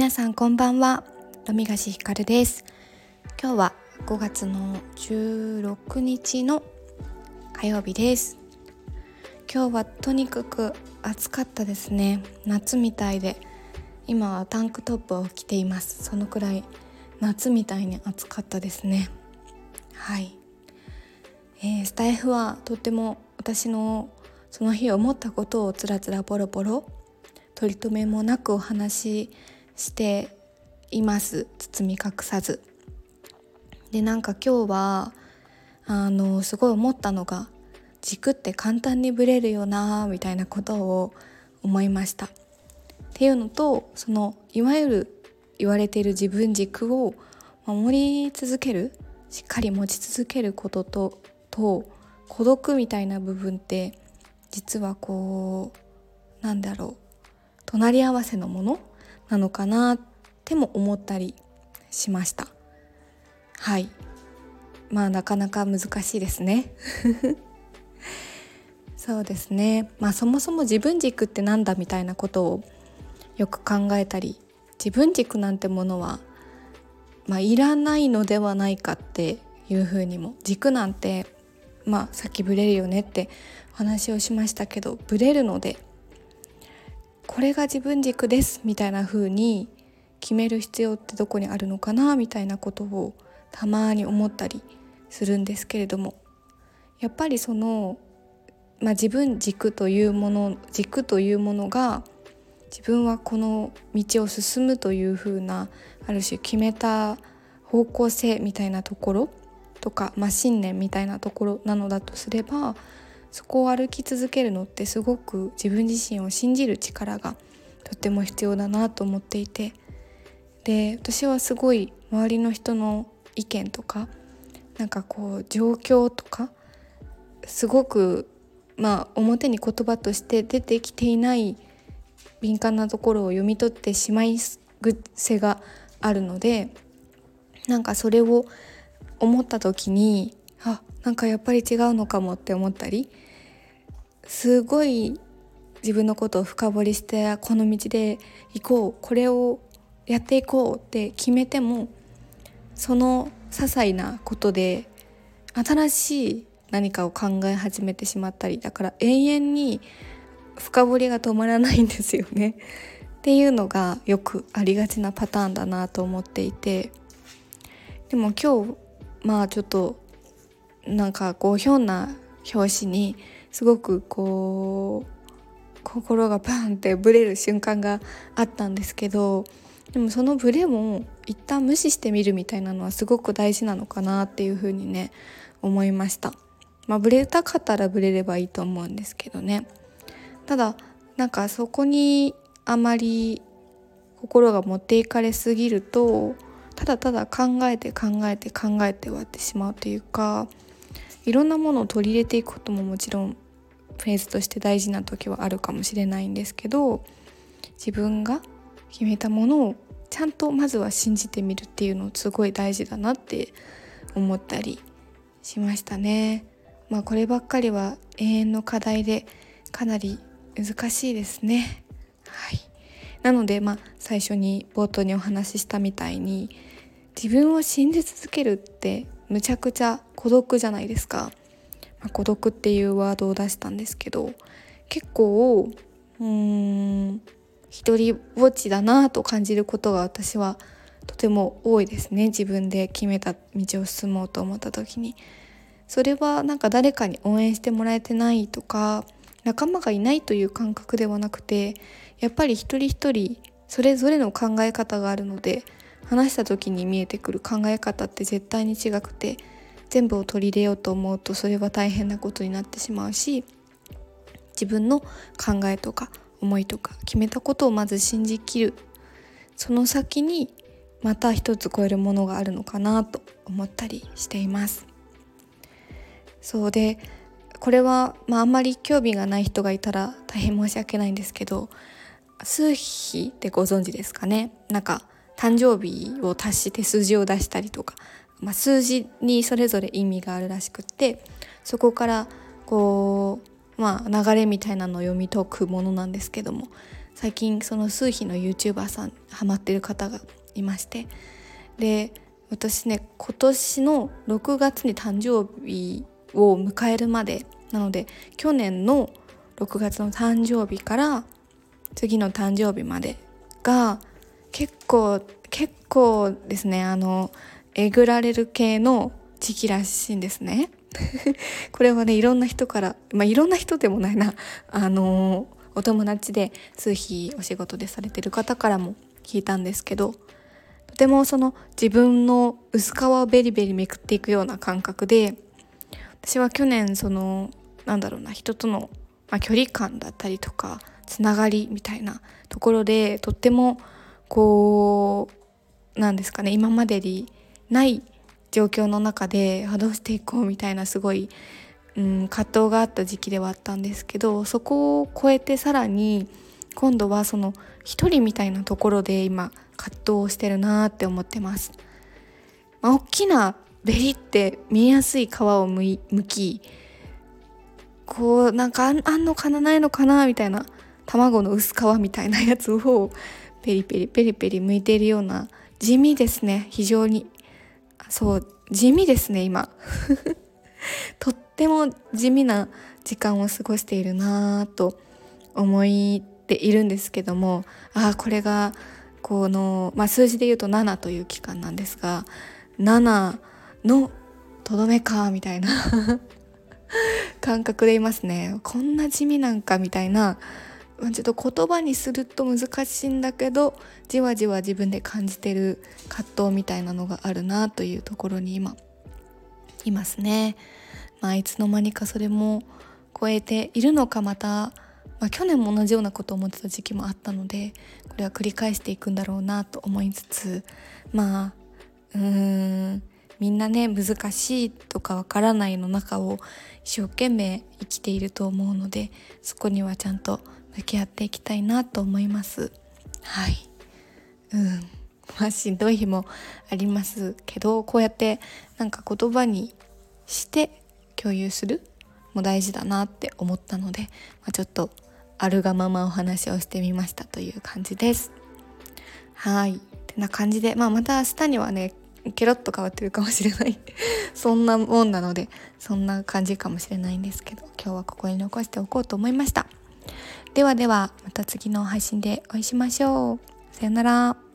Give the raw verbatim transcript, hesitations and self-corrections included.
皆さんこんばんは、ロミガシヒカルです。今日はごがつのじゅうろくにちの火曜日です。今日はとにかく暑かったですね。夏みたいで、今はタンクトップを着ています。そのくらい夏みたいに暑かったですね。はい、えー、スタイフはとっても私のその日思ったことをつらつらポロポロ取り留めもなくお話ししています。包み隠さずで、なんか今日はあのすごい思ったのが、軸って簡単にブレるよなみたいなことを思いました。っていうのと、そのいわゆる言われている自分軸を守り続ける、しっかり持ち続けることとと孤独みたいな部分って実はこうなんだろう隣り合わせのものなのかなっても思ったりしました。はい、まあなかなか難しいですねそうですね、まあそもそも自分軸ってなんだみたいなことをよく考えたり、自分軸なんてものはまあいらないのではないかっていうふうにも、軸なんてまあさっきブレるよねってお話をしましたけど、ブレるのでこれが自分軸ですみたいな風に決める必要ってどこにあるのかなみたいなことをたまに思ったりするんですけれども、やっぱりその、まあ、自分軸というもの軸というものが、自分はこの道を進むという風なある種決めた方向性みたいなところとか、まあ、信念みたいなところなのだとすれば、そこを歩き続けるのってすごく自分自身を信じる力がとっても必要だなと思っていて、で私はすごい周りの人の意見とかなんかこう状況とかすごくまあ表に言葉として出てきていない敏感なところを読み取ってしまい癖があるので、なんかそれを思った時にあなんかやっぱり違うのかもって思ったり、すごい自分のことを深掘りして、この道で行こう、これをやっていこうって決めても、その些細なことで新しい何かを考え始めてしまったり、だから永遠に深掘りが止まらないんですよねっていうのがよくありがちなパターンだなと思っていて、でも今日まあちょっとなんかこうひょんな表紙にすごくこう心がパンってブレる瞬間があったんですけど、でもそのブレも一旦無視してみるみたいなのはすごく大事なのかなっていうふうにね思いました。まあブレたかったらブレればいいと思うんですけどね。ただなんかそこにあまり心が持っていかれすぎると、ただただ考えて考えて考えて終わってしまうというか、いろんなものを取り入れていくことももちろんフェーズとして大事な時はあるかもしれないんですけど、自分が決めたものをちゃんとまずは信じてみるっていうのすごい大事だなって思ったりしましたね。まあこればっかりは永遠の課題でかなり難しいですね。はい。なのでまあ最初に冒頭にお話ししたみたいに、自分を信じ続けるってむちゃくちゃ孤独じゃないですか。まあ、孤独っていうワードを出したんですけど、結構うーん一人ぼっちだなと感じることが私はとても多いですね。自分で決めた道を進もうと思った時に、それはなんか誰かに応援してもらえてないとか仲間がいないという感覚ではなくて、やっぱり一人一人それぞれの考え方があるので、話した時に見えてくる考え方って絶対に違くて、全部を取り入れようと思うとそれは大変なことになってしまうし、自分の考えとか思いとか決めたことをまず信じきる、その先にまた一つ超えるものがあるのかなと思ったりしています。そうで、これはまああんまり興味がない人がいたら大変申し訳ないんですけど、数比ってご存知ですかね。なんか誕生日を足して数字を出したりとか、まあ、数字にそれぞれ意味があるらしくって、そこからこう、まあ、流れみたいなのを読み解くものなんですけども、 最近その数秘の YouTuber さんハマってる方がいまして、で私ね今年のろくがつに誕生日を迎えるまでなので、去年のろくがつの誕生日から次の誕生日までが結構結構ですね、あのえぐられる系の時期らしいんですねこれはねいろんな人から、まあいろんな人でもないな、あのお友達で数日お仕事でされてる方からも聞いたんですけど、とてもその自分の薄皮をベリベリめくっていくような感覚で、私は去年そのなんだろうな人との、まあ、距離感だったりとかつながりみたいなところでとってもこうなんですかね、今までにない状況の中でどうしていこうみたいなすごい、うん、葛藤があった時期ではあったんですけど、そこを超えてさらに今度はその一人みたいなところで今葛藤をしてるなって思ってます。まあ、大きなベリって見えやすい皮をむい剥き、こうなんかあん、あんのかなないのかなみたいな卵の薄皮みたいなやつをペリペリペリペリ剥いているような、地味ですね、非常に。そう地味ですね今とっても地味な時間を過ごしているなと思っているんですけども、ああこれがこの、まあ、数字で言うとななという期間なんですが、ななのとどめかみたいな感覚でいますね。こんな地味なんかみたいな、ちょっと言葉にすると難しいんだけど、じわじわ自分で感じてる葛藤みたいなのがあるなというところに今いますね。まあいつの間にかそれも超えているのか、また、まあ、去年も同じようなことを思ってた時期もあったので、これは繰り返していくんだろうなと思いつつ、まあうーんみんなね難しいとかわからないの中を一生懸命生きていると思うので、そこにはちゃんと向き合っていきたいなと思います。はい、うんまあしんどい日もありますけど、こうやってなんか言葉にして共有するも大事だなって思ったので、まあ、ちょっとあるがままお話をしてみましたという感じです。はいってな感じで、まあ、また明日にはねケロッと変わってるかもしれないそんなもんなので、そんな感じかもしれないんですけど、今日はここに残しておこうと思いました。ではではまた次の配信でお会いしましょう。さよなら。